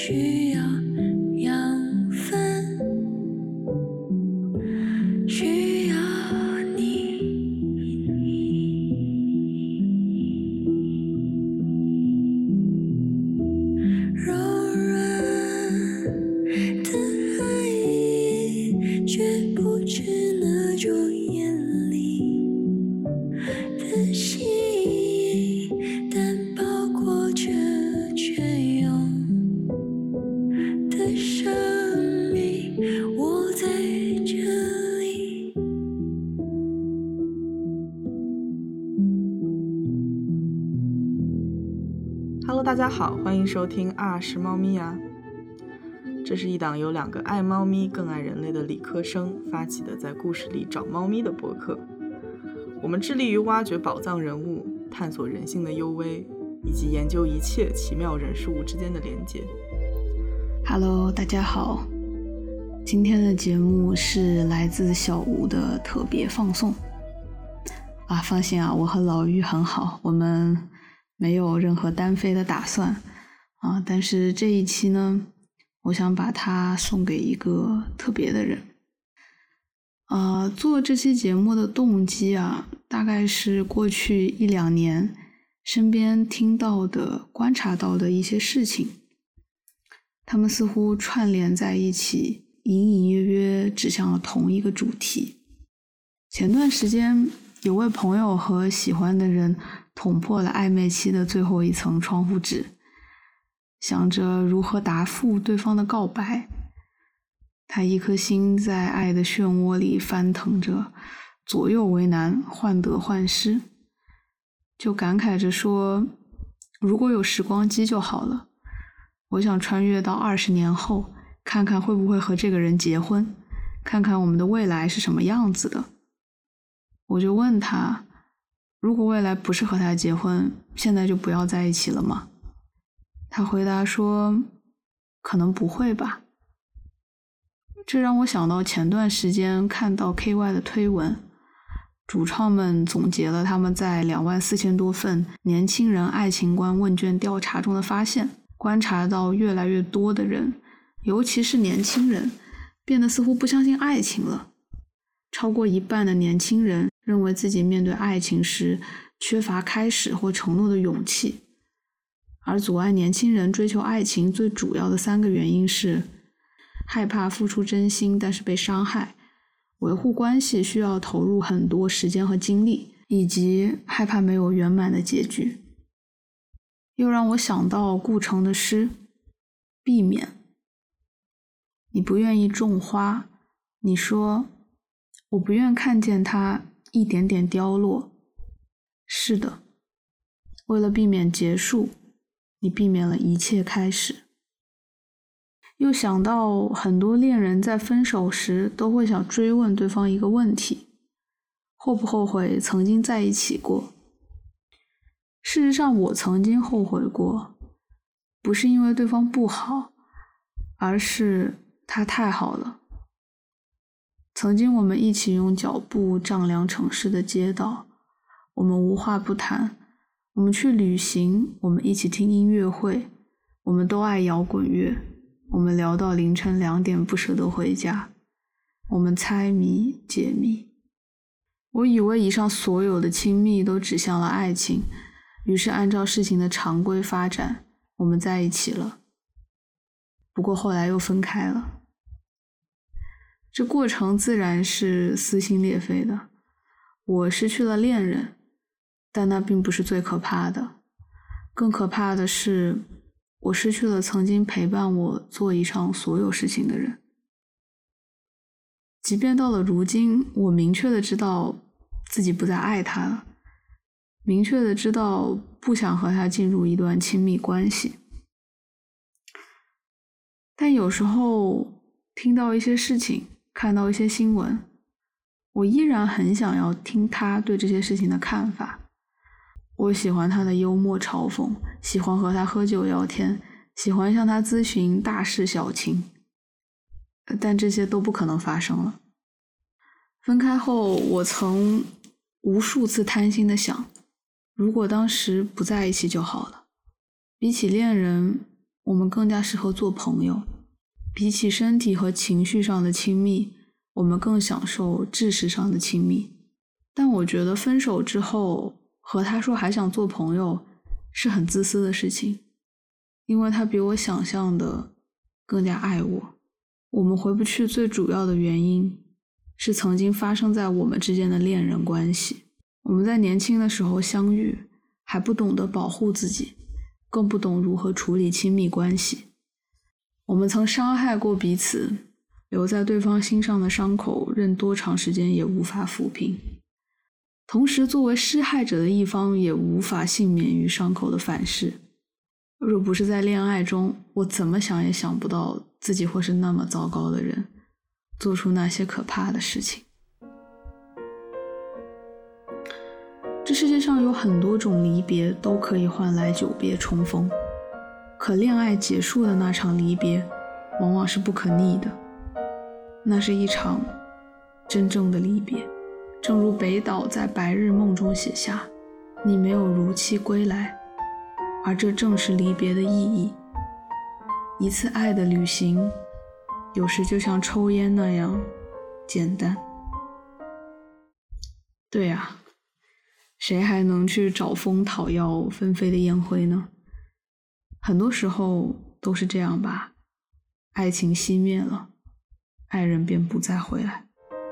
需要养分，需要你。柔软的爱意，却不止那种眼里的心意，但包裹着却用的生命。我在这里。 Hello， 大家好，欢迎收听啊是猫咪啊。这是一档由2个爱猫咪更爱人类的理科生发起的在故事里找猫咪的播客。我们致力于挖掘宝藏人物，探索人性的幽微，以及研究一切奇妙人事物之间的连结。 Hello， 大家好，今天的节目是来自小吴的特别放送啊，放心啊，我和老于很好，我们没有任何单飞的打算啊，但是这一期呢，我想把它送给一个特别的人。做这期节目的动机啊，大概是过去1-2年身边听到的、观察到的一些事情，他们似乎串联在一起，隐隐约约指向了同一个主题。前段时间，有位朋友和喜欢的人捅破了暧昧期的最后一层窗户纸，想着如何答复对方的告白。他一颗心在爱的漩涡里翻腾着，左右为难，患得患失，就感慨着说，如果有时光机就好了，我想穿越到20年后，看看会不会和这个人结婚，看看我们的未来是什么样子的。我就问他，如果未来不是和他结婚，现在就不要在一起了吗？他回答说，可能不会吧。这让我想到前段时间看到 KY 的推文，主创们总结了他们在24000多份年轻人爱情观问卷调查中的发现，观察到越来越多的人，尤其是年轻人，变得似乎不相信爱情了。超过一半的年轻人认为自己面对爱情时缺乏开始或承诺的勇气，而阻碍年轻人追求爱情最主要的3个原因是害怕付出真心但是被伤害，维护关系需要投入很多时间和精力，以及害怕没有圆满的结局。又让我想到顾城的诗，避免。你不愿意种花，你说我不愿看见它一点点凋落。是的，为了避免结束，你避免了一切开始。又想到很多恋人在分手时都会想追问对方一个问题，后不后悔曾经在一起过。事实上我曾经后悔过，不是因为对方不好，而是他太好了。曾经我们一起用脚步丈量城市的街道，我们无话不谈，我们去旅行，我们一起听音乐会，我们都爱摇滚乐，我们聊到凌晨2点不舍得回家，我们猜谜解谜。我以为以上所有的亲密都指向了爱情，于是按照事情的常规发展，我们在一起了。不过后来又分开了。这过程自然是撕心裂肺的，我失去了恋人，但那并不是最可怕的。更可怕的是，我失去了曾经陪伴我做以上所有事情的人。即便到了如今，我明确的知道自己不再爱他了，明确的知道不想和他进入一段亲密关系。但有时候听到一些事情，看到一些新闻，我依然很想要听他对这些事情的看法。我喜欢他的幽默嘲讽，喜欢和他喝酒聊天，喜欢向他咨询大事小情，但这些都不可能发生了。分开后，我曾无数次贪心的想，如果当时不在一起就好了。比起恋人， 我们更加适合做朋友。比起身体和情绪上的亲密，我们更享受知识上的亲密。但我觉得分手之后和他说还想做朋友是很自私的事情，因为他比我想象的更加爱我。我们回不去最主要的原因是曾经发生在我们之间的恋人关系。我们在年轻的时候相遇，还不懂得保护自己，更不懂如何处理亲密关系。我们曾伤害过彼此，留在对方心上的伤口任多长时间也无法抚平。同时作为施害者的一方也无法幸免于伤口的反噬。若不是在恋爱中，我怎么想也想不到自己会是那么糟糕的人，做出那些可怕的事情。这世界上有很多种离别都可以换来久别重逢，可恋爱结束的那场离别往往是不可逆的，那是一场真正的离别。正如北岛在《白日梦》中写下，你没有如期归来，而这正是离别的意义。一次爱的旅行，有时就像抽烟那样简单。对啊，谁还能去找风讨要纷飞的烟灰呢？很多时候都是这样吧，爱情熄灭了，爱人便不再回来。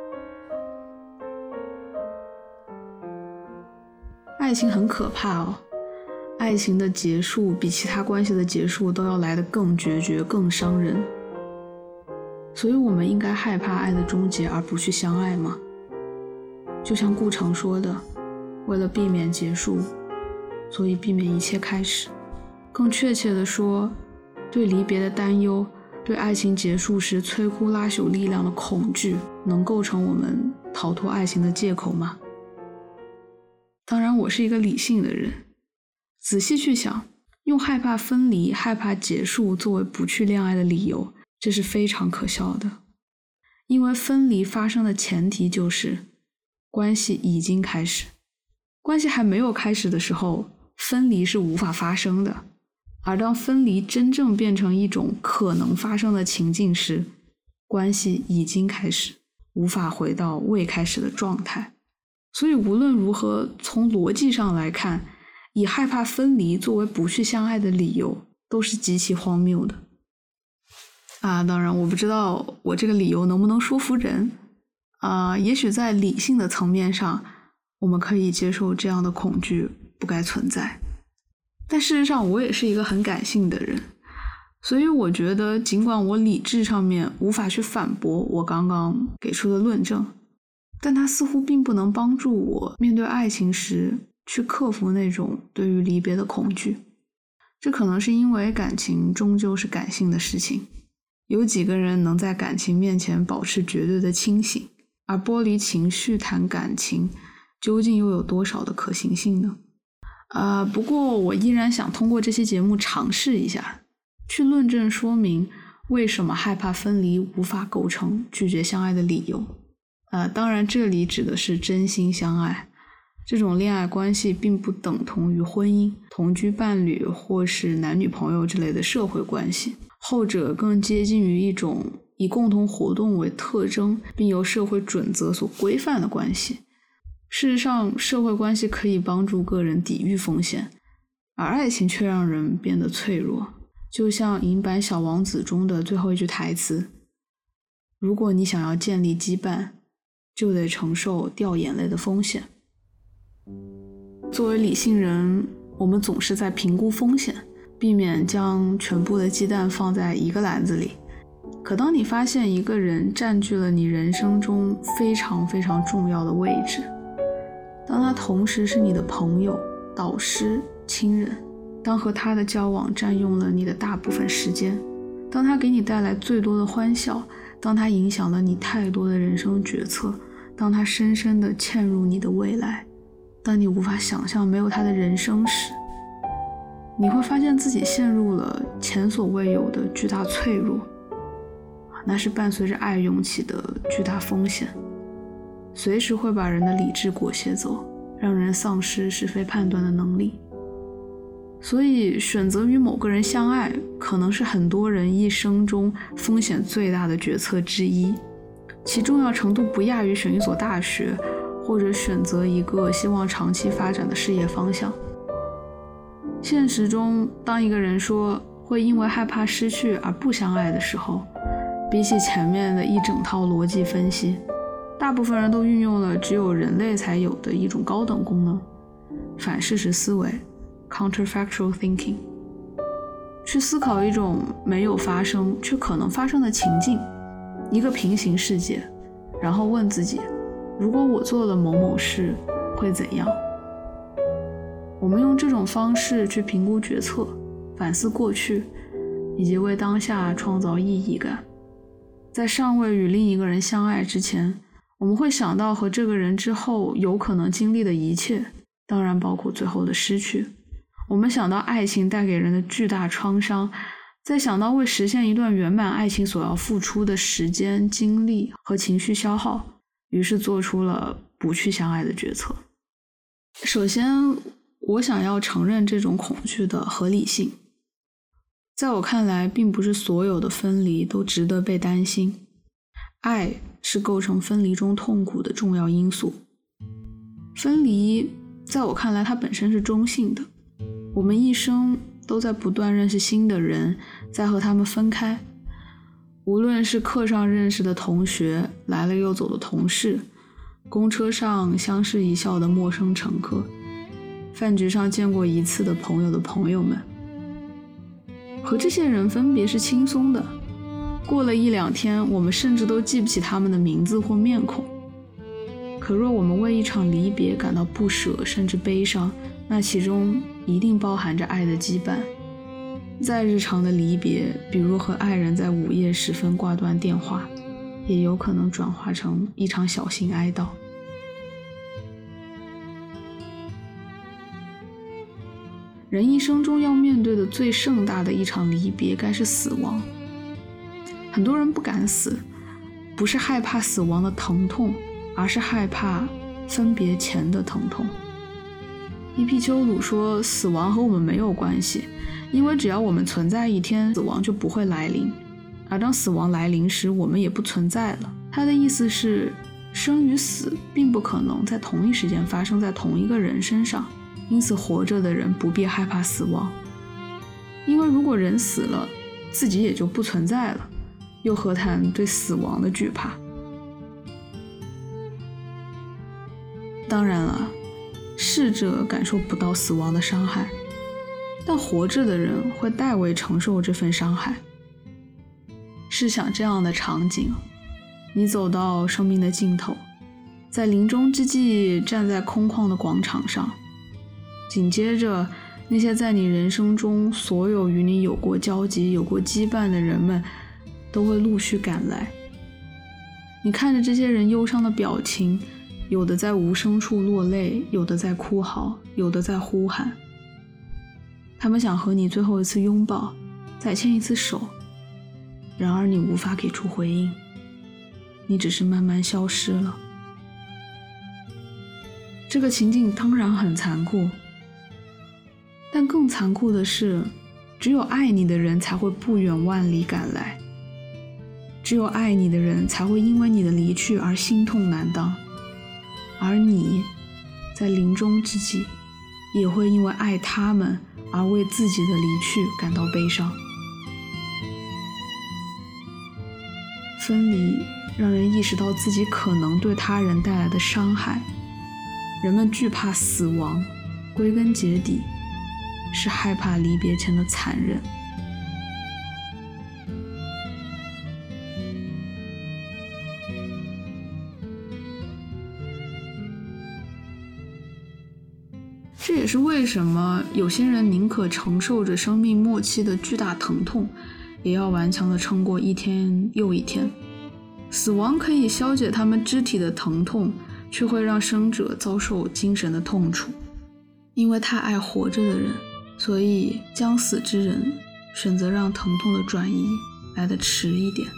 爱情很可怕哦，爱情的结束比其他关系的结束都要来得更决绝，更伤人。所以我们应该害怕爱的终结而不去相爱吗？就像顾城说的，为了避免结束，所以避免一切开始。更确切地说，对离别的担忧，对爱情结束时摧枯拉朽力量的恐惧，能构成我们逃脱爱情的借口吗？当然，我是一个理性的人，仔细去想，用害怕分离、害怕结束作为不去恋爱的理由，这是非常可笑的。因为分离发生的前提就是关系已经开始，关系还没有开始的时候，分离是无法发生的。而当分离真正变成一种可能发生的情境时，关系已经开始，无法回到未开始的状态。所以无论如何，从逻辑上来看，以害怕分离作为不去相爱的理由，都是极其荒谬的。当然我不知道我这个理由能不能说服人。也许在理性的层面上，我们可以接受这样的恐惧不该存在。但事实上我也是一个很感性的人，所以我觉得尽管我理智上面无法去反驳我刚刚给出的论证，但它似乎并不能帮助我面对爱情时去克服那种对于离别的恐惧。这可能是因为感情终究是感性的事情，有几个人能在感情面前保持绝对的清醒，而剥离情绪谈感情究竟又有多少的可行性呢？不过我依然想通过这期节目尝试一下，去论证说明为什么害怕分离无法构成拒绝相爱的理由。当然这里指的是真心相爱，这种恋爱关系并不等同于婚姻、同居伴侣或是男女朋友之类的社会关系，后者更接近于一种以共同活动为特征并由社会准则所规范的关系。事实上，社会关系可以帮助个人抵御风险，而爱情却让人变得脆弱。就像银版小王子中的最后一句台词，如果你想要建立羁绊，就得承受掉眼泪的风险。作为理性人，我们总是在评估风险，避免将全部的鸡蛋放在一个篮子里。可当你发现一个人占据了你人生中非常非常重要的位置，当他同时是你的朋友、导师、亲人，当和他的交往占用了你的大部分时间，当他给你带来最多的欢笑，当他影响了你太多的人生决策，当他深深地嵌入你的未来，当你无法想象没有他的人生时，你会发现自己陷入了前所未有的巨大脆弱。那是伴随着爱涌起的巨大风险，随时会把人的理智裹挟走，让人丧失是非判断的能力。 所以选择与某个人相爱，可能是很多人一生中风险最大的决策之一，其重要程度不亚于选一所大学，或者选择一个希望长期发展的事业方向。现实中，当一个人说会因为害怕失去而不相爱的时候，比起前面的一整套逻辑分析，大部分人都运用了只有人类才有的一种高等功能——反事实思维 （counterfactual thinking）， 去思考一种没有发生却可能发生的情境，一个平行世界，然后问自己，如果我做了某某事，会怎样？我们用这种方式去评估决策，反思过去，以及为当下创造意义感。在尚未与另一个人相爱之前，我们会想到和这个人之后有可能经历的一切，当然包括最后的失去。我们想到爱情带给人的巨大创伤，再想到为实现一段圆满爱情所要付出的时间、精力和情绪消耗，于是做出了不去相爱的决策。首先，我想要承认这种恐惧的合理性。在我看来，并不是所有的分离都值得被担心。爱是构成分离中痛苦的重要因素。分离，在我看来，它本身是中性的。我们一生都在不断认识新的人，再和他们分开。无论是课上认识的同学，来了又走的同事，公车上相视一笑的陌生乘客，饭局上见过一次的朋友的朋友们，和这些人分别是轻松的。过了1-2天，我们甚至都记不起他们的名字或面孔。可若我们为一场离别感到不舍，甚至悲伤，那其中一定包含着爱的羁绊。再日常的离别，比如和爱人在午夜时分挂断电话，也有可能转化成一场小型哀悼。人一生中要面对的最盛大的一场离别，该是死亡。很多人不敢死，不是害怕死亡的疼痛，而是害怕分别前的疼痛。伊壁鸠鲁说，死亡和我们没有关系，因为只要我们存在一天，死亡就不会来临，而当死亡来临时，我们也不存在了。他的意思是，生与死并不可能在同一时间发生在同一个人身上，因此活着的人不必害怕死亡，因为如果人死了，自己也就不存在了，又何谈对死亡的惧怕？当然了，逝者感受不到死亡的伤害，但活着的人会代为承受这份伤害。试想这样的场景，你走到生命的尽头，在临终之际站在空旷的广场上，紧接着那些在你人生中所有与你有过交集、有过羁绊的人们都会陆续赶来。你看着这些人忧伤的表情，有的在无声处落泪，有的在哭嚎，有的在呼喊。他们想和你最后一次拥抱，再牵一次手，然而你无法给出回应，你只是慢慢消失了。这个情景当然很残酷，但更残酷的是，只有爱你的人才会不远万里赶来，只有爱你的人才会因为你的离去而心痛难当，而你在临终之际也会因为爱他们而为自己的离去感到悲伤。分离让人意识到自己可能对他人带来的伤害，人们惧怕死亡，归根结底是害怕离别前的残忍。这也是为什么有些人宁可承受着生命末期的巨大疼痛，也要顽强地撑过一天又一天。死亡可以消解他们肢体的疼痛，却会让生者遭受精神的痛楚。因为太爱活着的人，所以将死之人选择让疼痛的转移来得迟一点。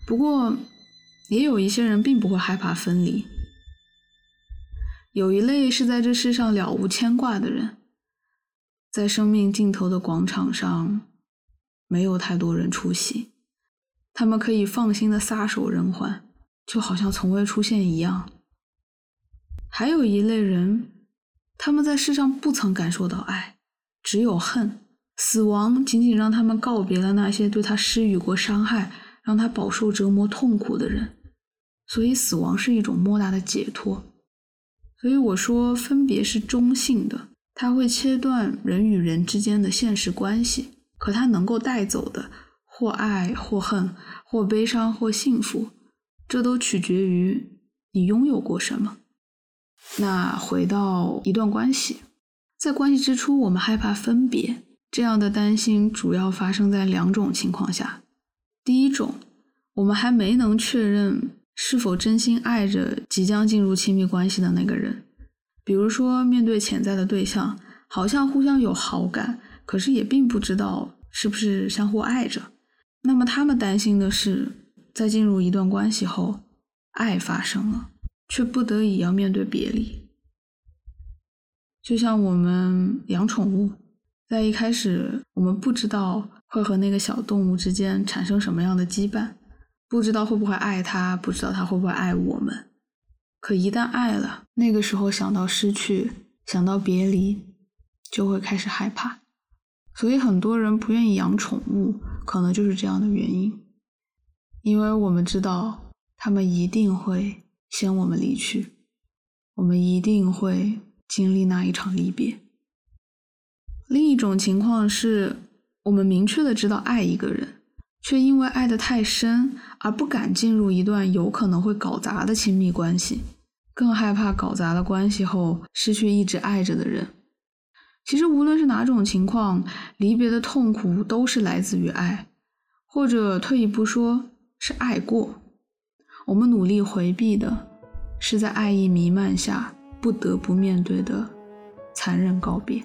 不过也有一些人并不会害怕分离。有一类是在这世上了无牵挂的人，在生命尽头的广场上没有太多人出席，他们可以放心的撒手人寰，就好像从未出现一样。还有一类人，他们在世上不曾感受到爱，只有恨，死亡仅仅让他们告别了那些对他施予过伤害，让他饱受折磨痛苦的人，所以死亡是一种莫大的解脱。所以我说分别是中性的，它会切断人与人之间的现实关系，可它能够带走的或爱或恨，或悲伤或幸福，这都取决于你拥有过什么。那回到一段关系，在关系之初我们害怕分别，这样的担心主要发生在2种情况下。第一种，我们还没能确认是否真心爱着即将进入亲密关系的那个人。比如说面对潜在的对象，好像互相有好感，可是也并不知道是不是相互爱着。那么他们担心的是，在进入一段关系后，爱发生了，却不得已要面对别离。就像我们养宠物，在一开始我们不知道会和那个小动物之间产生什么样的羁绊，不知道会不会爱它，不知道它会不会爱我们。可一旦爱了，那个时候想到失去，想到别离，就会开始害怕。所以很多人不愿意养宠物，可能就是这样的原因。因为我们知道他们一定会先我们离去，我们一定会经历那一场离别。另一种情况是，我们明确的知道爱一个人，却因为爱得太深而不敢进入一段有可能会搞砸的亲密关系，更害怕搞砸了关系后失去一直爱着的人。其实无论是哪种情况，离别的痛苦都是来自于爱，或者退一步说是爱过。我们努力回避的是在爱意弥漫下不得不面对的残忍告别。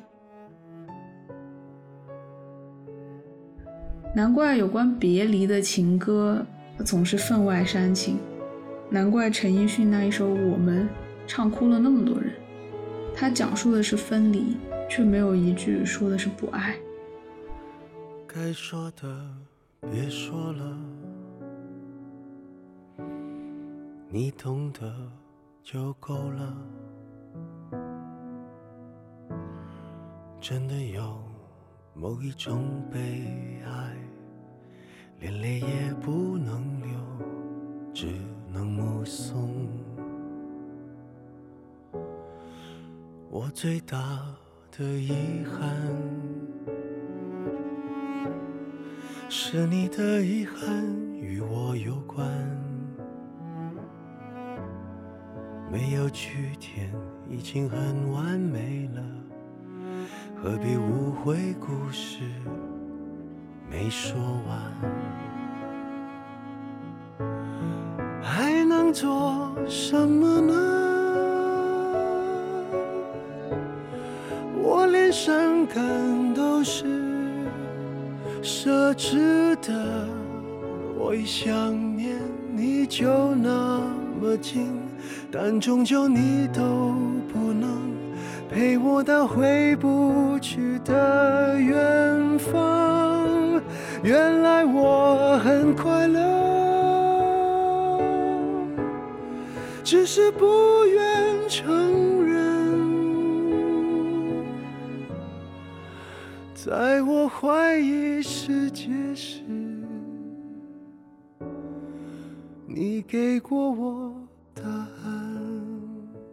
难怪有关别离的情歌总是分外煽情，难怪陈奕迅那一首《我们》唱哭了那么多人。他讲述的是分离，却没有一句说的是不爱。 该说的别说了，你懂得就够了。真的有某一种悲哀，连泪也不能流，只能目送。我最大的遗憾，是你的遗憾与我有关，没有句点已经很完美了，何必误会故事没说完？还能做什么呢？我连伤感都是奢侈的，我一想念你就那么近，但终究你都不能陪我到回不去的远方。原来我很快乐，只是不愿承认。在我怀疑世界时，你给过我答案。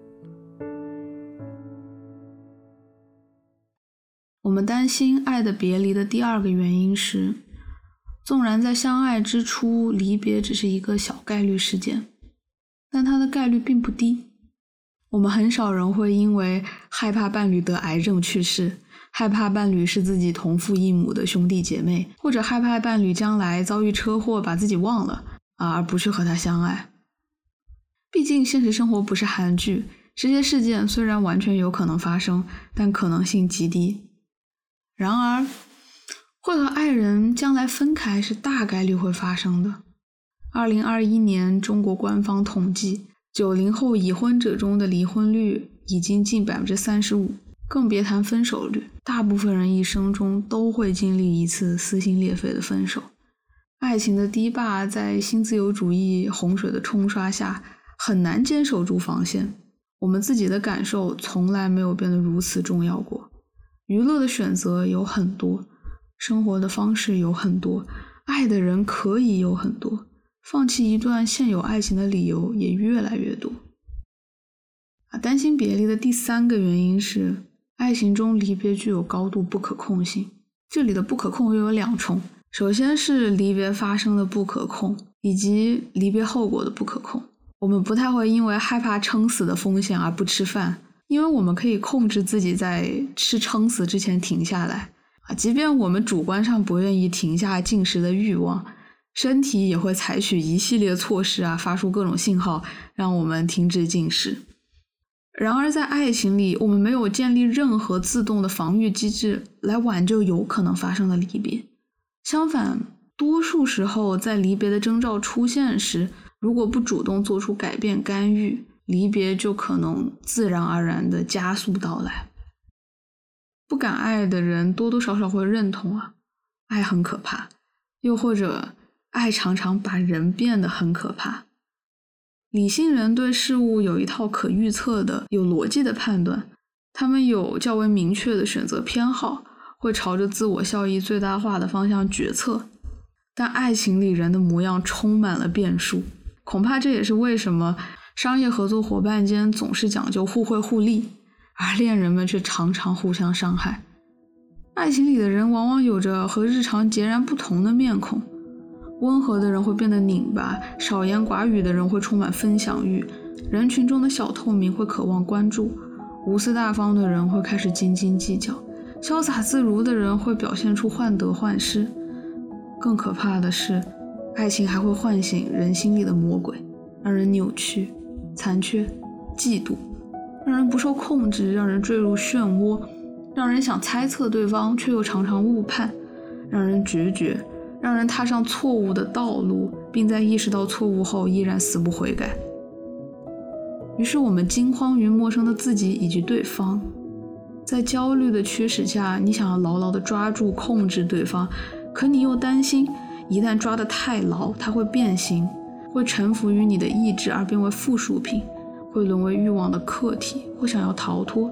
我们担心爱的别离的第2个原因是，纵然在相爱之初，离别只是一个小概率事件，但它的概率并不低。我们很少人会因为害怕伴侣得癌症去世，害怕伴侣是自己同父异母的兄弟姐妹，或者害怕伴侣将来遭遇车祸把自己忘了而不去和他相爱。毕竟现实生活不是韩剧，这些事件虽然完全有可能发生，但可能性极低。然而会和爱人将来分开是大概率会发生的。 2021年中国官方统计，90后已婚者中的离婚率已经近 35%， 更别谈分手率。大部分人一生中都会经历一次撕心裂肺的分手。爱情的堤坝在新自由主义洪水的冲刷下很难坚守住防线。我们自己的感受从来没有变得如此重要过。娱乐的选择有很多，生活的方式有很多，爱的人可以有很多，放弃一段现有爱情的理由也越来越多。担心别离的第3个原因是，爱情中离别具有高度不可控性。这里的不可控又有2重，首先是离别发生的不可控，以及离别后果的不可控。我们不太会因为害怕撑死的风险而不吃饭，因为我们可以控制自己在吃撑死之前停下来。即便我们主观上不愿意停下进食的欲望，身体也会采取一系列措施发出各种信号让我们停止进食。然而在爱情里，我们没有建立任何自动的防御机制来挽救有可能发生的离别。相反，多数时候在离别的征兆出现时，如果不主动做出改变干预，离别就可能自然而然地加速到来。不敢爱的人多多少少会认同爱很可怕，又或者爱常常把人变得很可怕。理性人对事物有一套可预测的、有逻辑的判断，他们有较为明确的选择偏好，会朝着自我效益最大化的方向决策。但爱情里人的模样充满了变数，恐怕这也是为什么商业合作伙伴间总是讲究互惠互利，而恋人们却常常互相伤害。爱情里的人往往有着和日常截然不同的面孔，温和的人会变得拧巴，少言寡语的人会充满分享欲，人群中的小透明会渴望关注，无私大方的人会开始斤斤计较，潇洒自如的人会表现出患得患失。更可怕的是，爱情还会唤醒人心里的魔鬼，让人扭曲、残缺、嫉妒，让人不受控制，让人坠入漩涡，让人想猜测对方却又常常误判，让人决绝，让人踏上错误的道路，并在意识到错误后依然死不悔改。于是我们惊慌于陌生的自己以及对方，在焦虑的驱使下，你想要牢牢地抓住控制对方，可你又担心一旦抓得太牢，它会变形，会臣服于你的意志而变为附属品，会沦为欲望的客体，会想要逃脱。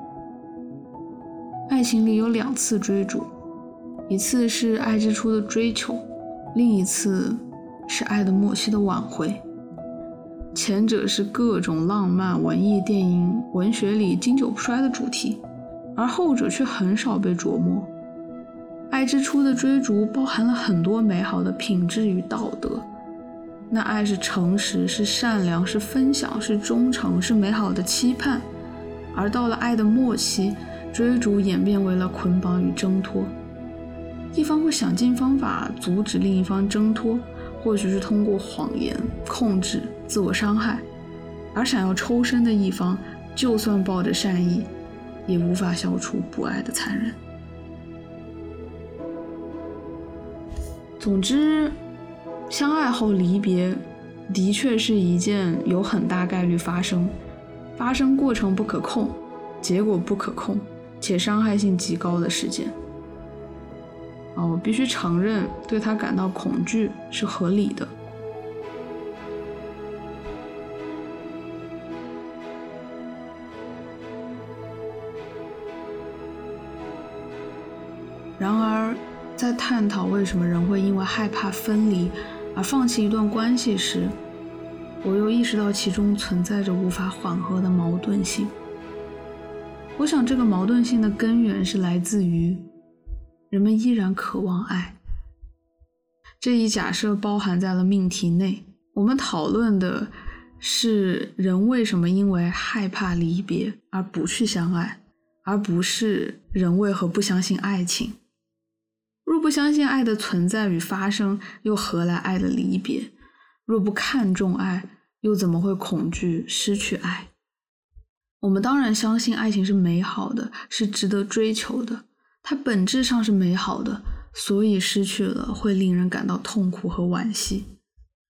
爱情里有2次追逐，一次是爱之初的追求，另一次是爱的末期的挽回。前者是各种浪漫、文艺、电影、文学里经久不衰的主题，而后者却很少被琢磨。爱之初的追逐包含了很多美好的品质与道德，那爱是诚实，是善良，是分享，是忠诚，是美好的期盼。而到了爱的末期，追逐演变为了捆绑与挣脱。一方会想尽方法阻止另一方挣脱，或许是通过谎言、控制、自我伤害，而想要抽身的一方，就算抱着善意，也无法消除不爱的残忍。总之，相爱后离别的确是一件有很大概率发生过程不可控，结果不可控，且伤害性极高的事件。我必须承认，对他感到恐惧是合理的。然而，在探讨为什么人会因为害怕分离而放弃一段关系时，我又意识到其中存在着无法缓和的矛盾性。我想这个矛盾性的根源是来自于人们依然渴望爱。这一假设包含在了命题内，我们讨论的是人为什么因为害怕离别而不去相爱，而不是人为何不相信爱情。若不相信爱的存在与发生，又何来爱的离别？若不看重爱，又怎么会恐惧失去爱？我们当然相信爱情是美好的，是值得追求的，它本质上是美好的，所以失去了会令人感到痛苦和惋惜。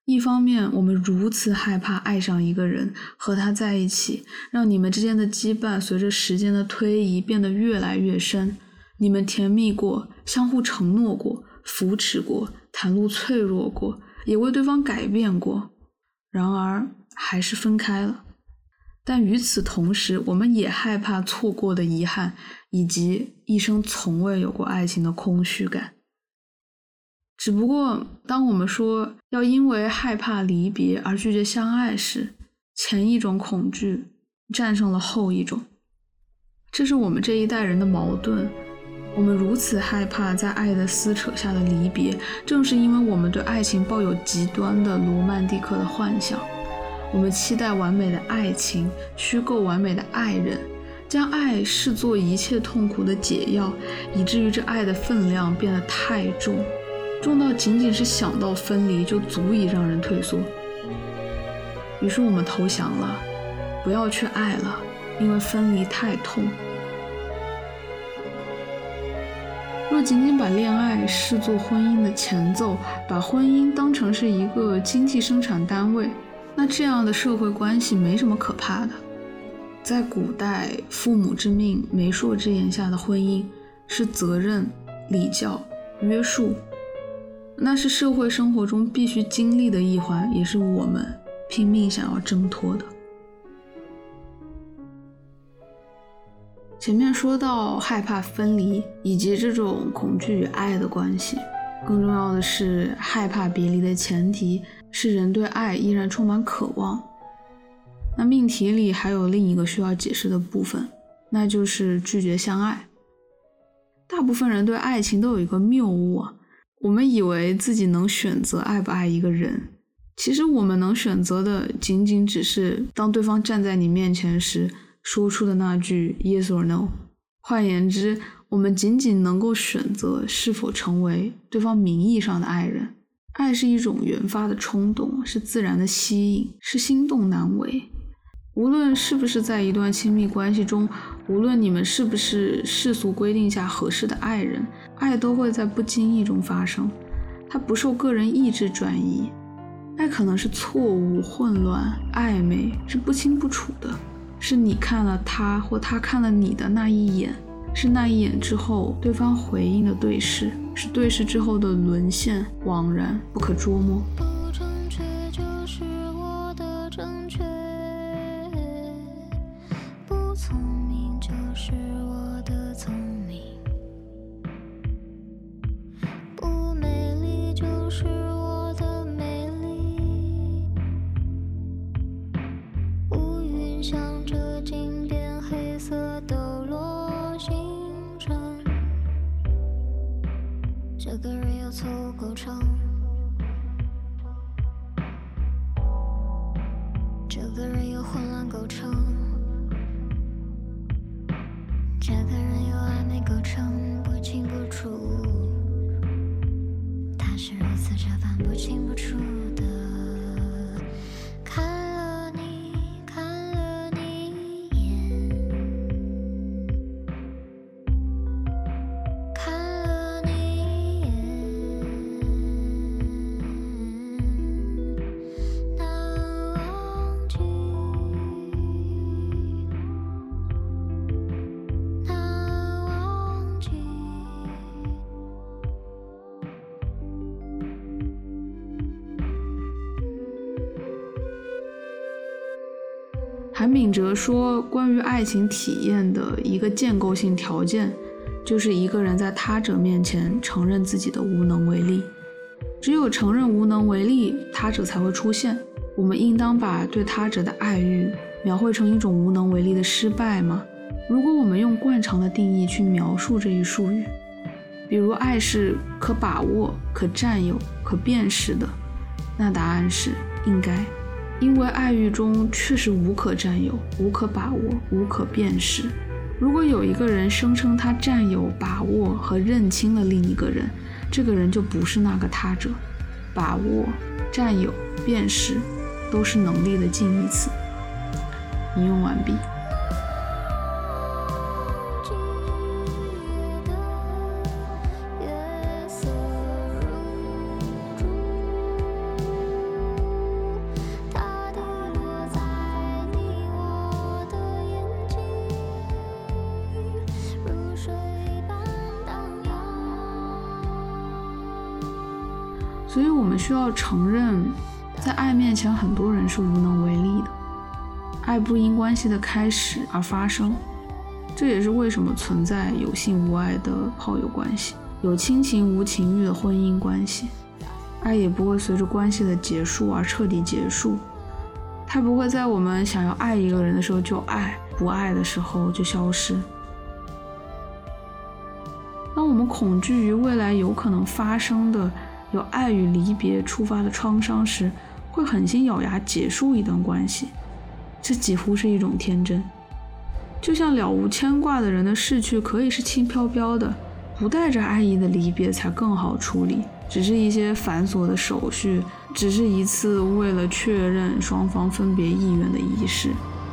一方面，我们如此害怕爱上一个人，和他在一起，让你们之间的羁绊随着时间的推移变得越来越深。你们甜蜜过，相互承诺过，扶持过，袒露脆弱过，也为对方改变过，然而还是分开了。但与此同时，我们也害怕错过的遗憾，以及一生从未有过爱情的空虚感。只不过当我们说要因为害怕离别而拒绝相爱时，前一种恐惧战胜了后一种。这是我们这一代人的矛盾。我们如此害怕在爱的撕扯下的离别，正是因为我们对爱情抱有极端的罗曼蒂克的幻想。我们期待完美的爱情，虚构完美的爱人，将爱视作一切痛苦的解药，以至于这爱的分量变得太重，重到仅仅是想到分离就足以让人退缩。于是我们投降了，不要去爱了，因为分离太痛。若仅仅把恋爱视作婚姻的前奏，把婚姻当成是一个经济生产单位，那这样的社会关系没什么可怕的。在古代，父母之命、媒妁之言下的婚姻是责任、礼教、约束，那是社会生活中必须经历的一环，也是我们拼命想要挣脱的。前面说到害怕分离，以及这种恐惧与爱的关系，更重要的是害怕别离的前提是人对爱依然充满渴望。那命题里还有另一个需要解释的部分，那就是拒绝相爱。大部分人对爱情都有一个谬误啊，我们以为自己能选择爱不爱一个人，其实我们能选择的仅仅只是当对方站在你面前时说出的那句 yes or no。 换言之，我们仅仅能够选择是否成为对方名义上的爱人。爱是一种原发的冲动，是自然的吸引，是心动难为。无论是不是在一段亲密关系中，无论你们是不是世俗规定下合适的爱人，爱都会在不经意中发生，它不受个人意志转移。爱可能是错误、混乱、暧昧，是不清不楚的，是你看了他或他看了你的那一眼，是那一眼之后对方回应的对视，是对视之后的沦陷、惘然、不可捉摸。 不正确就是我的正确，不聪明就是我的聪明，不美丽就是我的美丽，乌云向着金边黑色抖落星辰，这个人又凑够长，这个人又混乱够长，这个人又暧昧够长，不清不楚，他是如此这般不清不楚的看了你一眼，看了你一眼，难忘记，难忘记。 韩炳哲说，关于爱情体验的一个建构性条件，就是一个人在他者面前承认自己的无能为力。只有承认无能为力，他者才会出现。我们应当把对他者的爱欲描绘成一种无能为力的失败吗？如果我们用惯常的定义去描述这一术语，比如爱是可把握、可占有、可辨识的，那答案是应该。因为爱欲中确实无可占有、无可把握、无可辨识。如果有一个人声称他占有、把握和认清了另一个人，这个人就不是那个他者。把握、占有、辨识都是能力的近义词。引用完毕。 所以我们需要承认，在爱面前很多人是无能为力的。爱不因关系的开始而发生，这也是为什么存在有性无爱的炮友关系，有亲情无情欲的婚姻关系。爱也不会随着关系的结束而彻底结束，它不会在我们想要爱一个人的时候就爱，不爱的时候就消失。当我们恐惧于未来有可能发生的由爱与离别触发的创伤时，会狠心咬牙结束一段关系，这几乎是一种天真。就像了无牵挂的人的逝去可以是轻飘飘的，不带着爱意的离别才更好处理，只是一些繁琐的手续，只是一次为了确认双方分别意愿的仪式。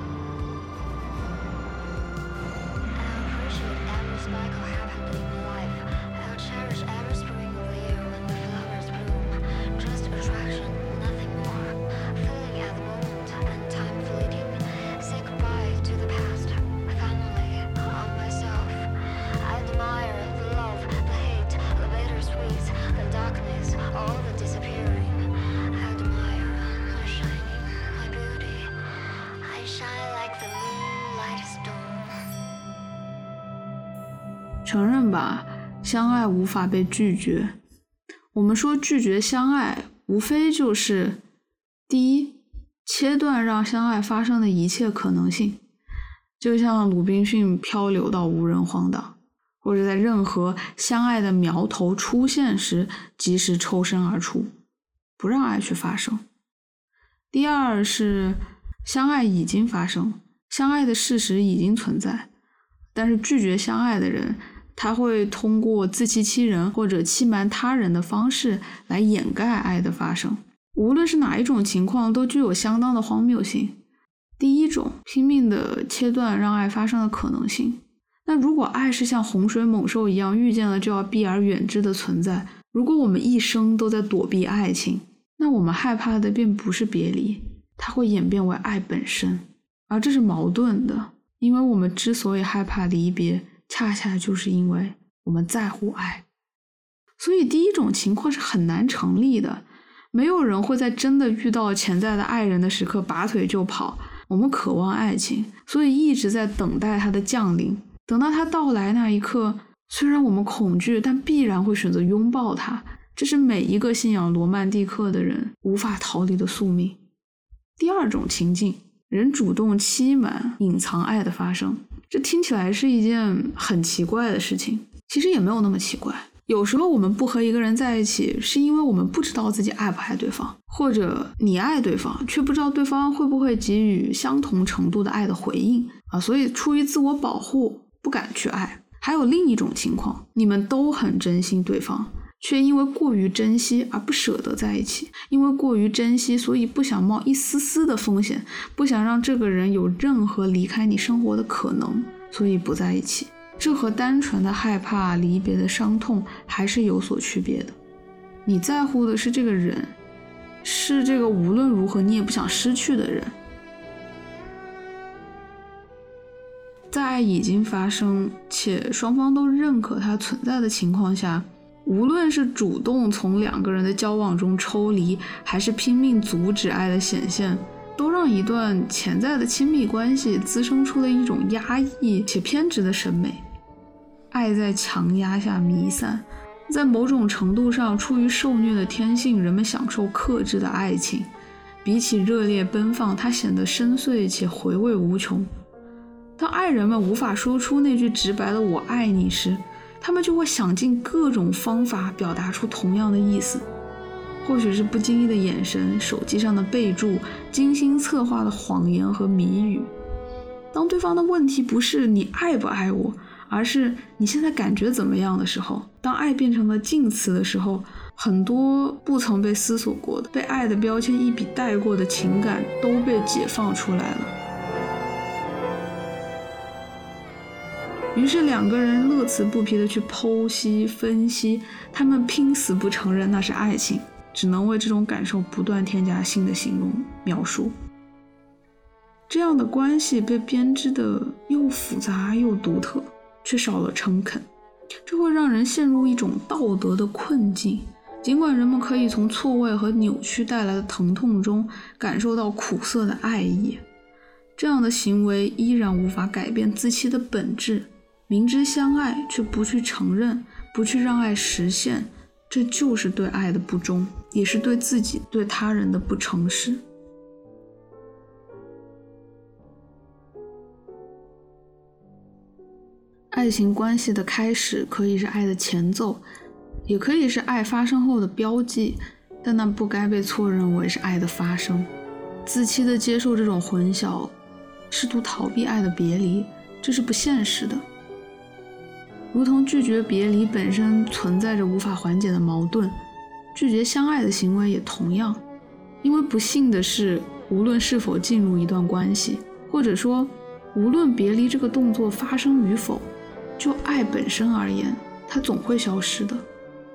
承认吧，相爱无法被拒绝。我们说拒绝相爱，无非就是第一，切断让相爱发生的一切可能性，就像鲁滨逊漂流到无人荒岛，或者在任何相爱的苗头出现时及时抽身而出，不让爱去发生。第二是相爱已经发生，相爱的事实已经存在，但是拒绝相爱的人，他会通过自欺欺人或者欺瞒他人的方式来掩盖爱的发生。无论是哪一种情况都具有相当的荒谬性。第一种，拼命的切断让爱发生的可能性。那如果爱是像洪水猛兽一样遇见了就要避而远之的存在，如果我们一生都在躲避爱情，那我们害怕的便不是别离，它会演变为爱本身。而这是矛盾的，因为我们之所以害怕离别，恰恰就是因为我们在乎爱。所以第一种情况是很难成立的，没有人会在真的遇到潜在的爱人的时刻拔腿就跑。我们渴望爱情，所以一直在等待它的降临。等到它到来那一刻，虽然我们恐惧，但必然会选择拥抱它。这是每一个信仰罗曼蒂克的人无法逃离的宿命。第二种情境，人主动欺瞒、隐藏爱的发生，这听起来是一件很奇怪的事情，其实也没有那么奇怪。有时候我们不和一个人在一起，是因为我们不知道自己爱不爱对方，或者你爱对方，却不知道对方会不会给予相同程度的爱的回应所以出于自我保护，不敢去爱。还有另一种情况，你们都很珍惜对方，却因为过于珍惜而不舍得在一起，因为过于珍惜，所以不想冒一丝丝的风险，不想让这个人有任何离开你生活的可能，所以不在一起。这和单纯的害怕离别的伤痛还是有所区别的。你在乎的是这个人，是这个无论如何你也不想失去的人。在爱已经发生且双方都认可它存在的情况下，无论是主动从两个人的交往中抽离，还是拼命阻止爱的显现，都让一段潜在的亲密关系滋生出了一种压抑且偏执的审美。爱在强压下弥散，在某种程度上，出于受虐的天性，人们享受克制的爱情。比起热烈奔放，它显得深邃且回味无穷。当爱人们无法说出那句直白的我爱你时，他们就会想尽各种方法表达出同样的意思。或许是不经意的眼神，手机上的备注，精心策划的谎言和谜语。当对方的问题不是你爱不爱我，而是你现在感觉怎么样的时候，当爱变成了静词的时候，很多不曾被思索过的，被爱的标签一笔带过的情感都被解放出来了。于是两个人乐此不疲地去剖析分析，他们拼死不承认那是爱情，只能为这种感受不断添加新的形容描述。这样的关系被编织的又复杂又独特，却少了诚恳，这会让人陷入一种道德的困境。 尽管人们可以从错位和扭曲带来的疼痛中感受到苦涩的爱意，这样的行为依然无法改变自欺的本质。明知相爱却不去承认，不去让爱实现，这就是对爱的不忠，也是对自己对他人的不诚实。爱情关系的开始可以是爱的前奏，也可以是爱发生后的标记，但那不该被错认为是爱的发生。自欺地接受这种混淆，试图逃避爱的别离，这是不现实的。如同拒绝别离本身存在着无法缓解的矛盾，拒绝相爱的行为也同样。因为不幸的是，无论是否进入一段关系，或者说无论别离这个动作发生与否，就爱本身而言，它总会消失的。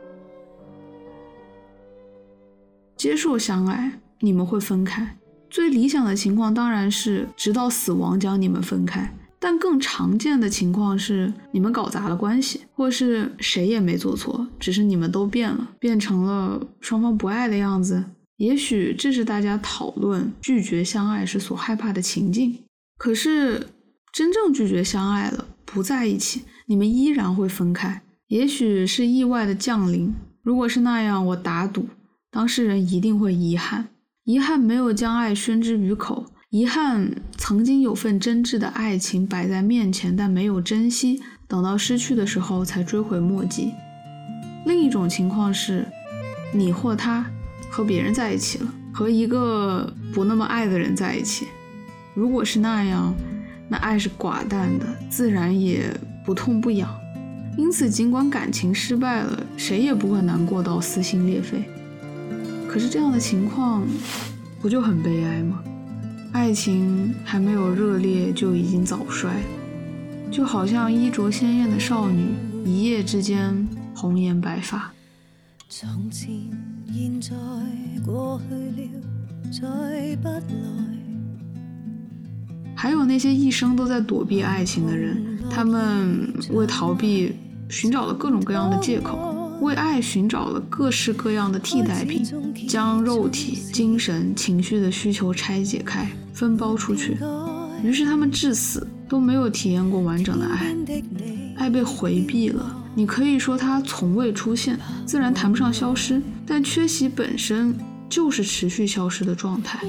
接受相爱，你们会分开，最理想的情况当然是直到死亡将你们分开，但更常见的情况是你们搞砸了关系，或是谁也没做错，只是你们都变了，变成了双方不爱的样子。也许这是大家讨论拒绝相爱时所害怕的情境。可是真正拒绝相爱了，不在一起，你们依然会分开，也许是意外的降临。如果是那样，我打赌当事人一定会遗憾，遗憾没有将爱宣之于口，遗憾曾经有份真挚的爱情摆在面前，但没有珍惜，等到失去的时候才追悔莫及。另一种情况是，你或他和别人在一起了，和一个不那么爱的人在一起。如果是那样，那爱是寡淡的，自然也不痛不痒。因此尽管感情失败了，谁也不会难过到撕心裂肺。可是这样的情况不就很悲哀吗？爱情还没有热烈就已经早衰，就好像衣着鲜艳的少女一夜之间红颜白发。 从前现在过去了，再不来。 还有那些一生都在躲避爱情的人，他们为逃避寻找了各种各样的借口，为爱寻找了各式各样的替代品，将肉体、精神、情绪的需求拆解开，分包出去。于是他们至死都没有体验过完整的爱，爱被回避了。你可以说它从未出现，自然谈不上消失，但缺席本身就是持续消失的状态。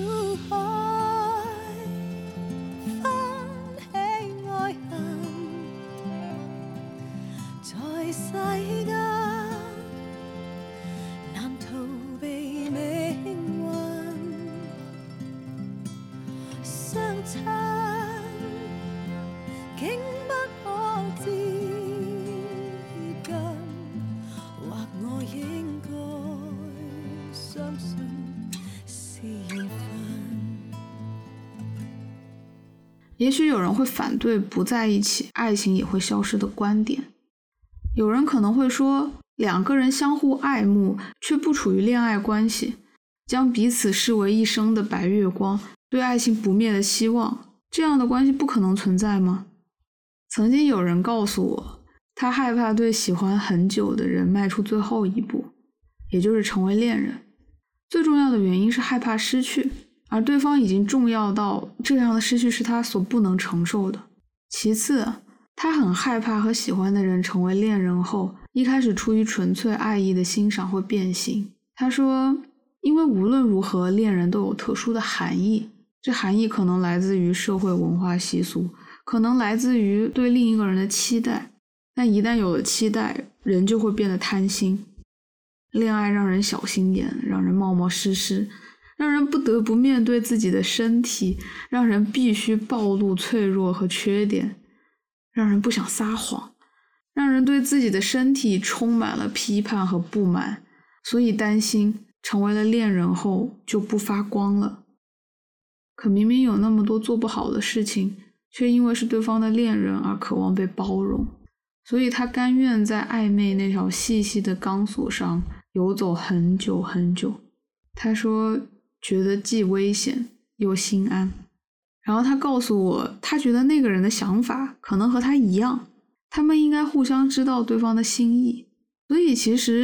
也许有人会反对不在一起，爱情也会消失的观点。有人可能会说，两个人相互爱慕，却不处于恋爱关系，将彼此视为一生的白月光，对爱情不灭的希望，这样的关系不可能存在吗？曾经有人告诉我，他害怕对喜欢很久的人迈出最后一步，也就是成为恋人。最重要的原因是害怕失去，而对方已经重要到这样的失去是他所不能承受的。其次，他很害怕和喜欢的人成为恋人后，一开始出于纯粹爱意的欣赏会变形。他说，因为无论如何，恋人都有特殊的含义，这含义可能来自于社会文化习俗，可能来自于对另一个人的期待，但一旦有了期待，人就会变得贪心。恋爱让人小心眼，让人冒冒失失，让人不得不面对自己的身体，让人必须暴露脆弱和缺点，让人不想撒谎，让人对自己的身体充满了批判和不满，所以担心成为了恋人后就不发光了。可明明有那么多做不好的事情，却因为是对方的恋人而渴望被包容，所以他甘愿在暧昧那条细细的钢索上游走很久很久。他说觉得既危险又心安。然后他告诉我，他觉得那个人的想法可能和他一样，他们应该互相知道对方的心意。所以其实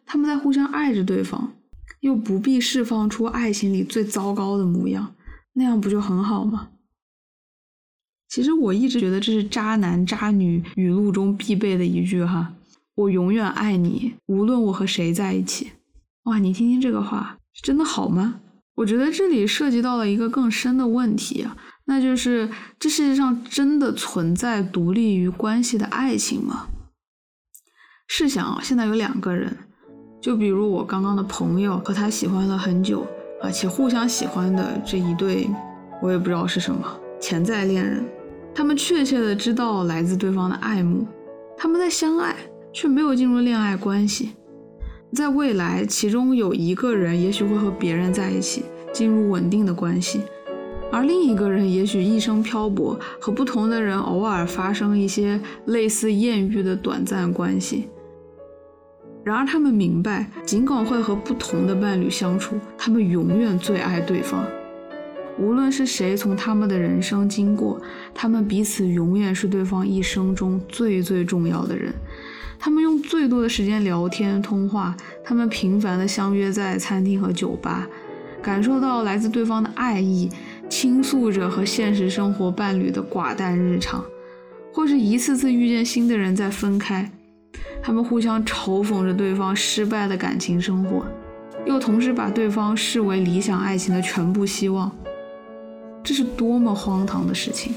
他们在互相爱着对方，又不必释放出爱情里最糟糕的模样，那样不就很好吗？其实我一直觉得这是渣男渣女语录中必备的一句哈，我永远爱你，无论我和谁在一起。哇，你听听这个话，真的好吗？我觉得这里涉及到了一个更深的问题啊，那就是这世界上真的存在独立于关系的爱情吗？试想现在有2个人，就比如我刚刚的朋友和他喜欢了很久，而且互相喜欢的这一对，我也不知道是什么潜在恋人，他们确切的知道来自对方的爱慕，他们在相爱，却没有进入恋爱关系。在未来，其中有一个人也许会和别人在一起，进入稳定的关系，而另一个人也许一生漂泊，和不同的人偶尔发生一些类似艳遇的短暂关系。然而他们明白，尽管会和不同的伴侣相处，他们永远最爱对方。无论是谁从他们的人生经过，他们彼此永远是对方一生中最重要的人。他们用最多的时间聊天通话，他们频繁地相约在餐厅和酒吧，感受到来自对方的爱意，倾诉着和现实生活伴侣的寡淡日常，或是一次次遇见新的人再分开。他们互相嘲讽着对方失败的感情生活，又同时把对方视为理想爱情的全部希望。这是多么荒唐的事情！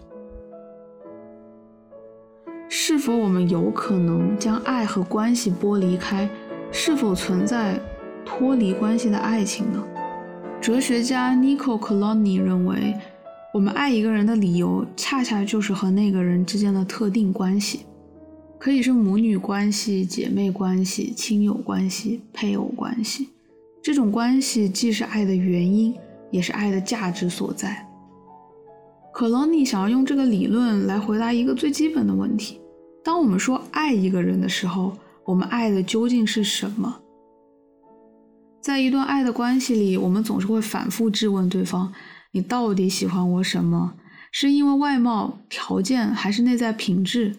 是否我们有可能将爱和关系剥离开？是否存在脱离关系的爱情呢？哲学家 Nico Colonni 认为，我们爱一个人的理由恰恰就是和那个人之间的特定关系，可以是母女关系、姐妹关系、亲友关系、配偶关系。这种关系既是爱的原因，也是爱的价值所在。可隆尼想要用这个理论来回答一个最基本的问题：当我们说爱一个人的时候，我们爱的究竟是什么？在一段爱的关系里，我们总是会反复质问对方：你到底喜欢我什么？是因为外貌、条件，还是内在品质？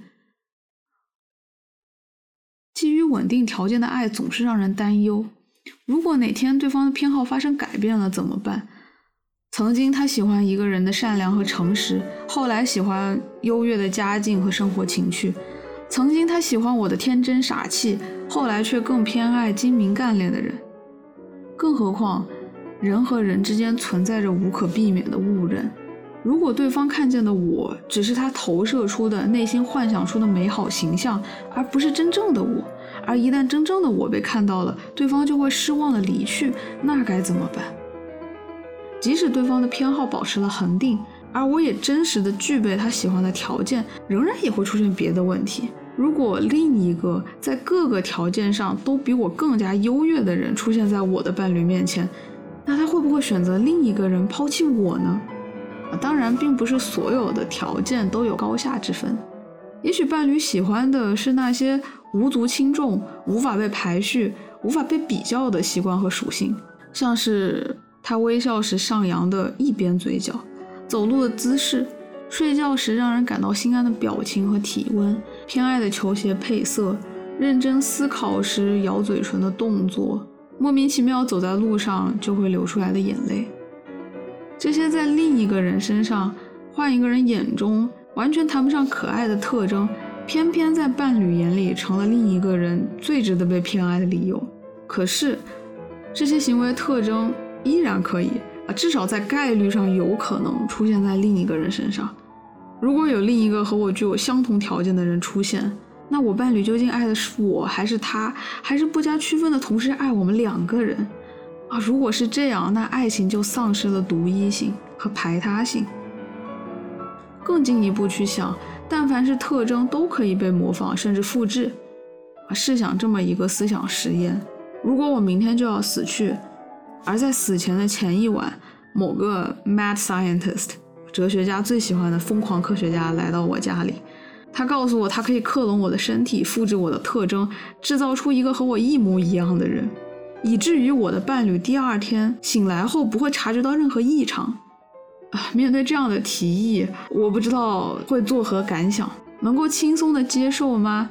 基于稳定条件的爱总是让人担忧，如果哪天对方的偏好发生改变了怎么办？曾经他喜欢一个人的善良和诚实，后来喜欢优越的家境和生活情趣。曾经他喜欢我的天真傻气，后来却更偏爱精明干练的人。更何况人和人之间存在着无可避免的误认，如果对方看见的我只是他投射出的内心幻想出的美好形象，而不是真正的我，而一旦真正的我被看到了，对方就会失望的离去，那该怎么办？即使对方的偏好保持了恒定，而我也真实的具备他喜欢的条件，仍然也会出现别的问题。如果另一个在各个条件上都比我更加优越的人出现在我的伴侣面前，那他会不会选择另一个人抛弃我呢？当然并不是所有的条件都有高下之分，也许伴侣喜欢的是那些无足轻重、无法被排序、无法被比较的习惯和属性，像是他微笑时上扬的一边嘴角，走路的姿势，睡觉时让人感到心安的表情和体温，偏爱的球鞋配色，认真思考时咬嘴唇的动作，莫名其妙走在路上就会流出来的眼泪。这些在另一个人身上、换一个人眼中完全谈不上可爱的特征，偏偏在伴侣眼里成了另一个人最值得被偏爱的理由。可是这些行为特征依然可以至少在概率上有可能出现在另一个人身上。如果有另一个和我具有相同条件的人出现，那我伴侣究竟爱的是我还是他，还是不加区分的同时爱我们两个人？如果是这样，那爱情就丧失了独一性和排他性。更进一步去想，但凡是特征都可以被模仿甚至复制。试想这么一个思想实验：如果我明天就要死去，而在死前的前一晚，某个 mad scientist 哲学家最喜欢的疯狂科学家来到我家里，他告诉我他可以克隆我的身体，复制我的特征，制造出一个和我一模一样的人，以至于我的伴侣第二天醒来后不会察觉到任何异常。面对这样的提议，我不知道会作何感想，能够轻松的接受吗？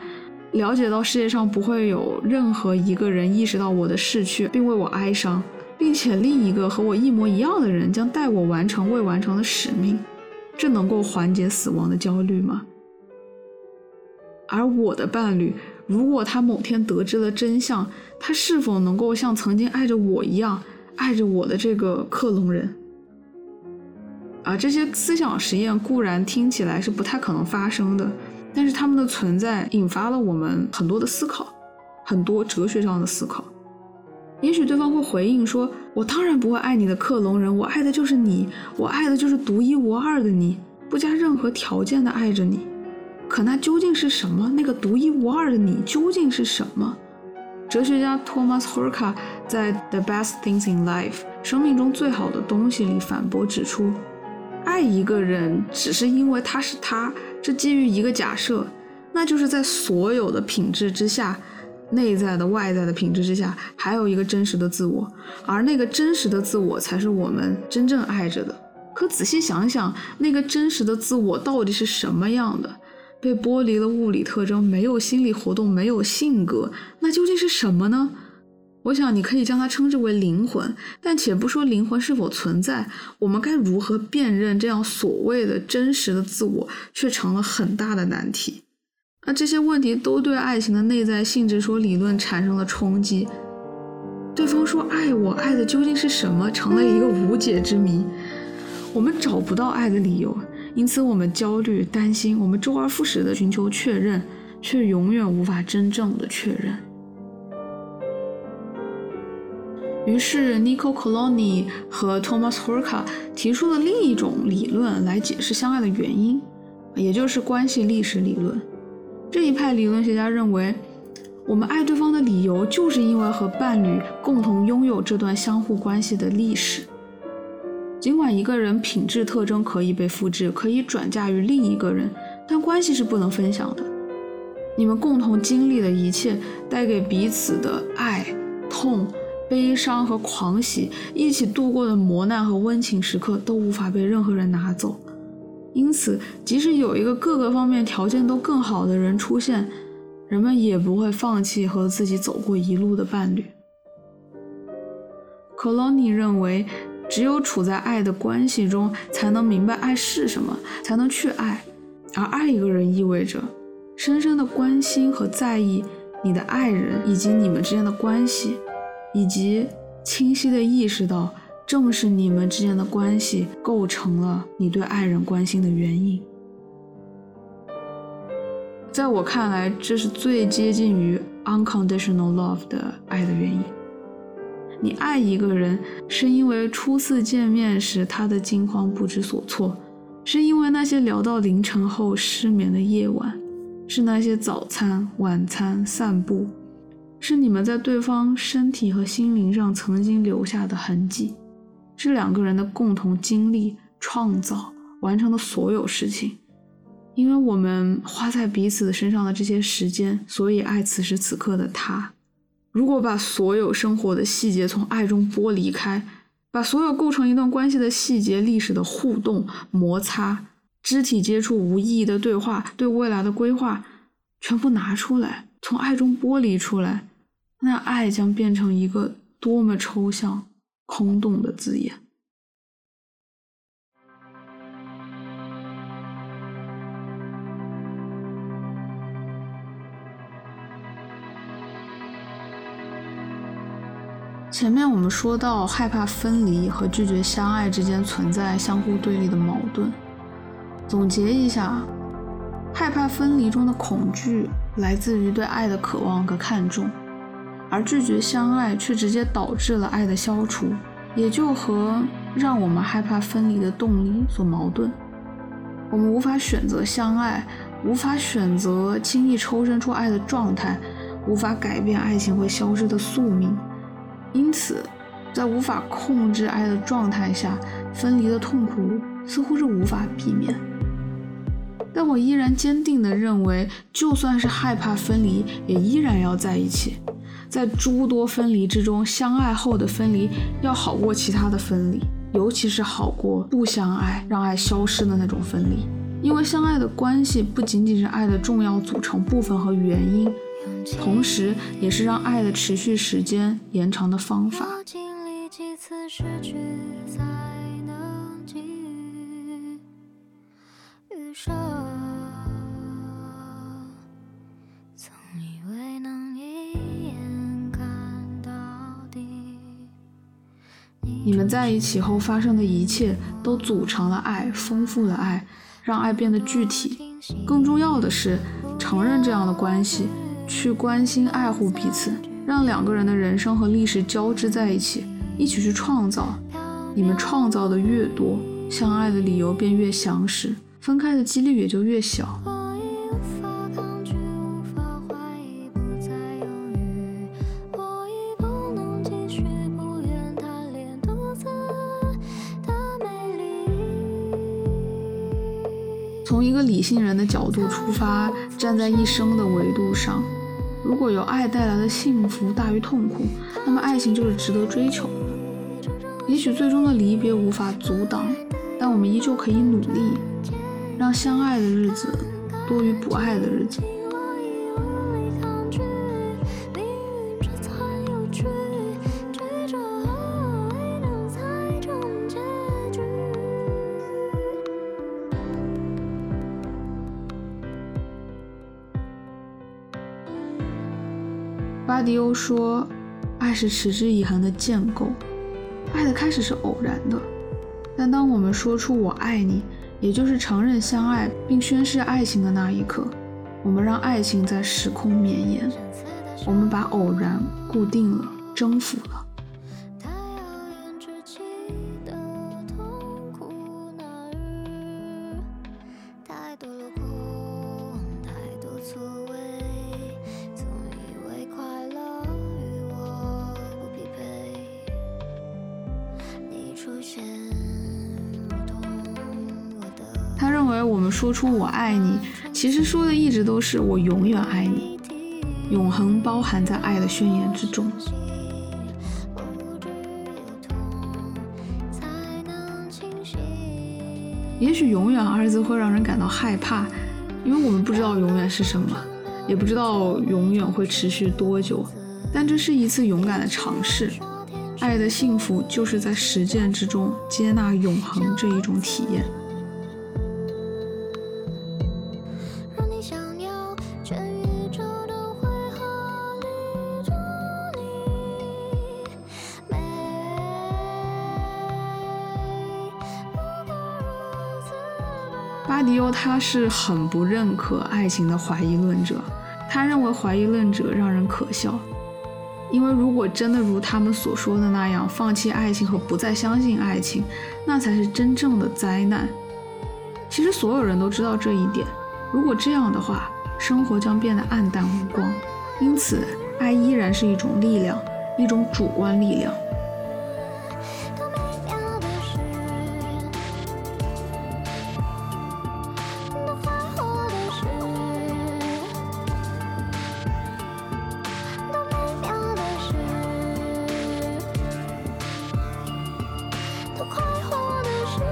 了解到世界上不会有任何一个人意识到我的逝去并为我哀伤，并且另一个和我一模一样的人将带我完成未完成的使命，这能够缓解死亡的焦虑吗？而我的伴侣，如果他某天得知了真相，他是否能够像曾经爱着我一样爱着我的这个克隆人？这些思想实验固然听起来是不太可能发生的，但是他们的存在引发了我们很多的思考，很多哲学上的思考。也许对方会回应说，我当然不会爱你的克隆人，我爱的就是你，我爱的就是独一无二的你，不加任何条件的爱着你。可那究竟是什么？那个独一无二的你究竟是什么？哲学家 Thomas Horka 在 The Best Things in Life 生命中最好的东西里反驳指出，爱一个人只是因为他是他，这基于一个假设，那就是在所有的品质之下，内在的外在的品质之下，还有一个真实的自我，而那个真实的自我才是我们真正爱着的。可仔细想想，那个真实的自我到底是什么样的？被剥离了物理特征，没有心理活动，没有性格，那究竟是什么呢？我想你可以将它称之为灵魂，但且不说灵魂是否存在，我们该如何辨认这样所谓的真实的自我，却成了很大的难题。这些问题都对爱情的内在性质说理论产生了冲击。对方说爱我，爱的究竟是什么，成了一个无解之谜。我们找不到爱的理由，因此我们焦虑担心，我们周而复始地寻求确认，却永远无法真正的确认。于是 Nico Coloni 和 Thomas Horka 提出了另一种理论来解释相爱的原因，也就是关系历史理论。这一派理论学家认为，我们爱对方的理由就是因为和伴侣共同拥有这段相互关系的历史。尽管一个人品质特征可以被复制，可以转嫁于另一个人，但关系是不能分享的。你们共同经历的一切，带给彼此的爱、痛、悲伤和狂喜，一起度过的磨难和温情时刻，都无法被任何人拿走。因此，即使有一个各个方面条件都更好的人出现，人们也不会放弃和自己走过一路的伴侣。Coloni 认为，只有处在爱的关系中，才能明白爱是什么，才能去爱。而爱一个人意味着深深的关心和在意你的爱人以及你们之间的关系，以及清晰地意识到正是你们之间的关系构成了你对爱人关心的原因。在我看来，这是最接近于 unconditional love 的爱的原因。你爱一个人，是因为初次见面时他的惊慌不知所措，是因为那些聊到凌晨后失眠的夜晚，是那些早餐、晚餐、散步，是你们在对方身体和心灵上曾经留下的痕迹，是两个人的共同经历、创造、完成的所有事情。因为我们花在彼此身上的这些时间，所以爱此时此刻的他。如果把所有生活的细节从爱中剥离开，把所有构成一段关系的细节、历史的互动、摩擦、肢体接触、无意义的对话、对未来的规划，全部拿出来，从爱中剥离出来，那爱将变成一个多么抽象、空洞的字眼。前面我们说到害怕分离和拒绝相爱之间存在相互对立的矛盾。总结一下，害怕分离中的恐惧来自于对爱的渴望和看重，而拒绝相爱却直接导致了爱的消除，也就和让我们害怕分离的动力所矛盾。我们无法选择相爱，无法选择轻易抽身出爱的状态，无法改变爱情会消失的宿命。因此，在无法控制爱的状态下，分离的痛苦似乎是无法避免。但我依然坚定地认为，就算是害怕分离，也依然要在一起。在诸多分离之中，相爱后的分离要好过其他的分离，尤其是好过不相爱，让爱消失的那种分离。 因为相爱的关系不仅仅是爱的重要组成部分和原因，同时也是让爱的持续时间延长的方法。 经历几次失去才能给予余生，曾以为能一眼看到底。 你们在一起后发生的一切都组成了爱，丰富了爱，让爱变得具体。更重要的是承认这样的关系，去关心爱护彼此，让两个人的人生和历史交织在一起，一起去创造。你们创造的越多，相爱的理由便越详实，分开的几率也就越小。 我已无法抗拒，无法怀疑，不再犹豫，我已不能继续，不愿贪恋独自的美丽。 从一个理性人的角度出发，站在一生的维度上，如果有爱带来的幸福大于痛苦，那么爱情就是值得追求的。也许最终的离别无法阻挡，但我们依旧可以努力，让相爱的日子多于不爱的日子。 我已无力抗拒，命运这才有趣，追着未能猜中结局。 巴迪欧说，爱是持之以恒的建构，爱的开始是偶然的，但当我们说出我爱你，也就是承认相爱并宣誓爱情的那一刻，我们让爱情在时空绵延，我们把偶然固定了，征服了。 太遥远只记得痛苦那日，太多落空，太多错位，总以为快乐与我不匹配，你出现如同我的他认为我们说出我爱你，其实说的一直都是我永远爱你，永恒包含在爱的宣言之中。也许永远二字会让人感到害怕，因为我们不知道永远是什么，也不知道永远会持续多久，但这是一次勇敢的尝试。爱的幸福就是在实践之中接纳永恒这一种体验。 让你想要，全宇宙都会和你祝你美。 巴迪欧他是很不认可爱情的怀疑论者，他认为怀疑论者让人可笑，因为如果真的如他们所说的那样放弃爱情和不再相信爱情，那才是真正的灾难。其实所有人都知道这一点，如果这样的话，生活将变得暗淡无光。因此爱依然是一种力量，一种主观力量。 多美妙的事，多快活的事，多美妙的事，多快活的事。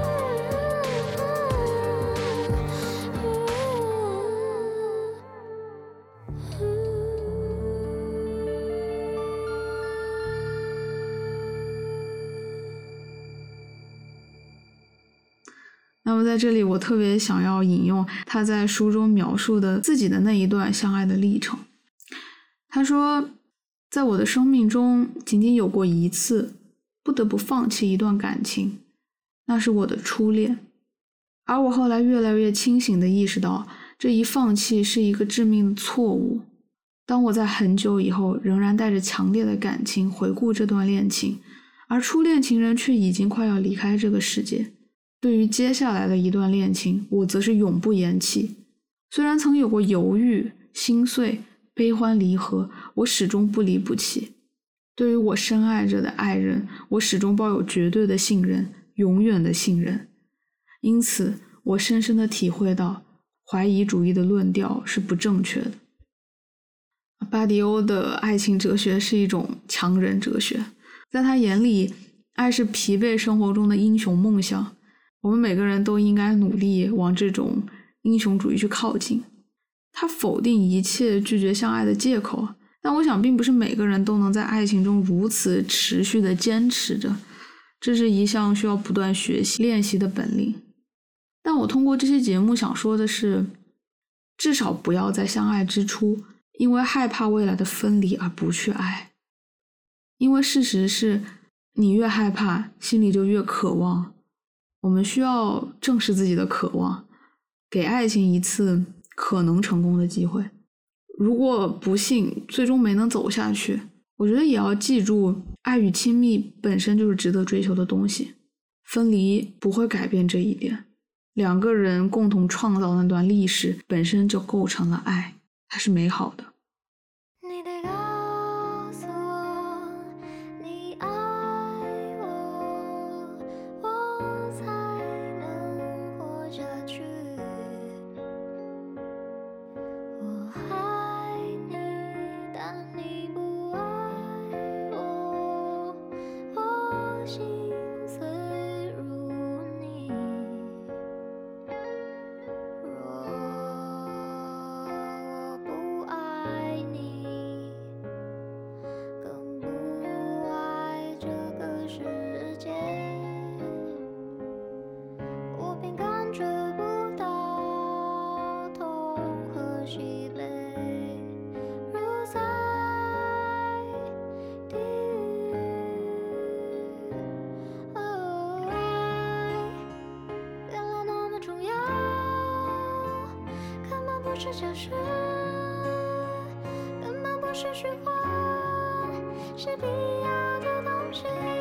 那么在这里我特别想要引用他在书中描述的自己的那一段相爱的历程。他说，在我的生命中仅仅有过一次不得不放弃一段感情，那是我的初恋。而我后来越来越清醒地意识到，这一放弃是一个致命的错误。当我在很久以后仍然带着强烈的感情回顾这段恋情，而初恋情人却已经快要离开这个世界，对于接下来的一段恋情，我则是永不言弃。虽然曾有过犹豫、心碎、悲欢离合，我始终不离不弃。对于我深爱着的爱人，我始终抱有绝对的信任，永远的信任。因此，我深深地体会到，怀疑主义的论调是不正确的。巴迪欧的爱情哲学是一种强人哲学，在他眼里，爱是疲惫生活中的英雄梦想。我们每个人都应该努力往这种英雄主义去靠近。他否定一切拒绝相爱的借口，但我想并不是每个人都能在爱情中如此持续的坚持着，这是一项需要不断学习练习的本领。但我通过这期节目想说的是，至少不要在相爱之初因为害怕未来的分离而不去爱，因为事实是你越害怕心里就越渴望。我们需要正视自己的渴望，给爱情一次可能成功的机会。如果不幸最终没能走下去，我觉得也要记住，爱与亲密本身就是值得追求的东西，分离不会改变这一点。两个人共同创造那段历史本身就构成了爱，它是美好的。 你得告诉我你爱我，我才能活下去。我爱你，但你不爱我，我心碎如你。若我不爱你，更不爱这个世界，我便感觉不到痛和喜悲，如在地狱。爱原来那么重要，根本不是假设，根本不是虚幻，是必要的东西。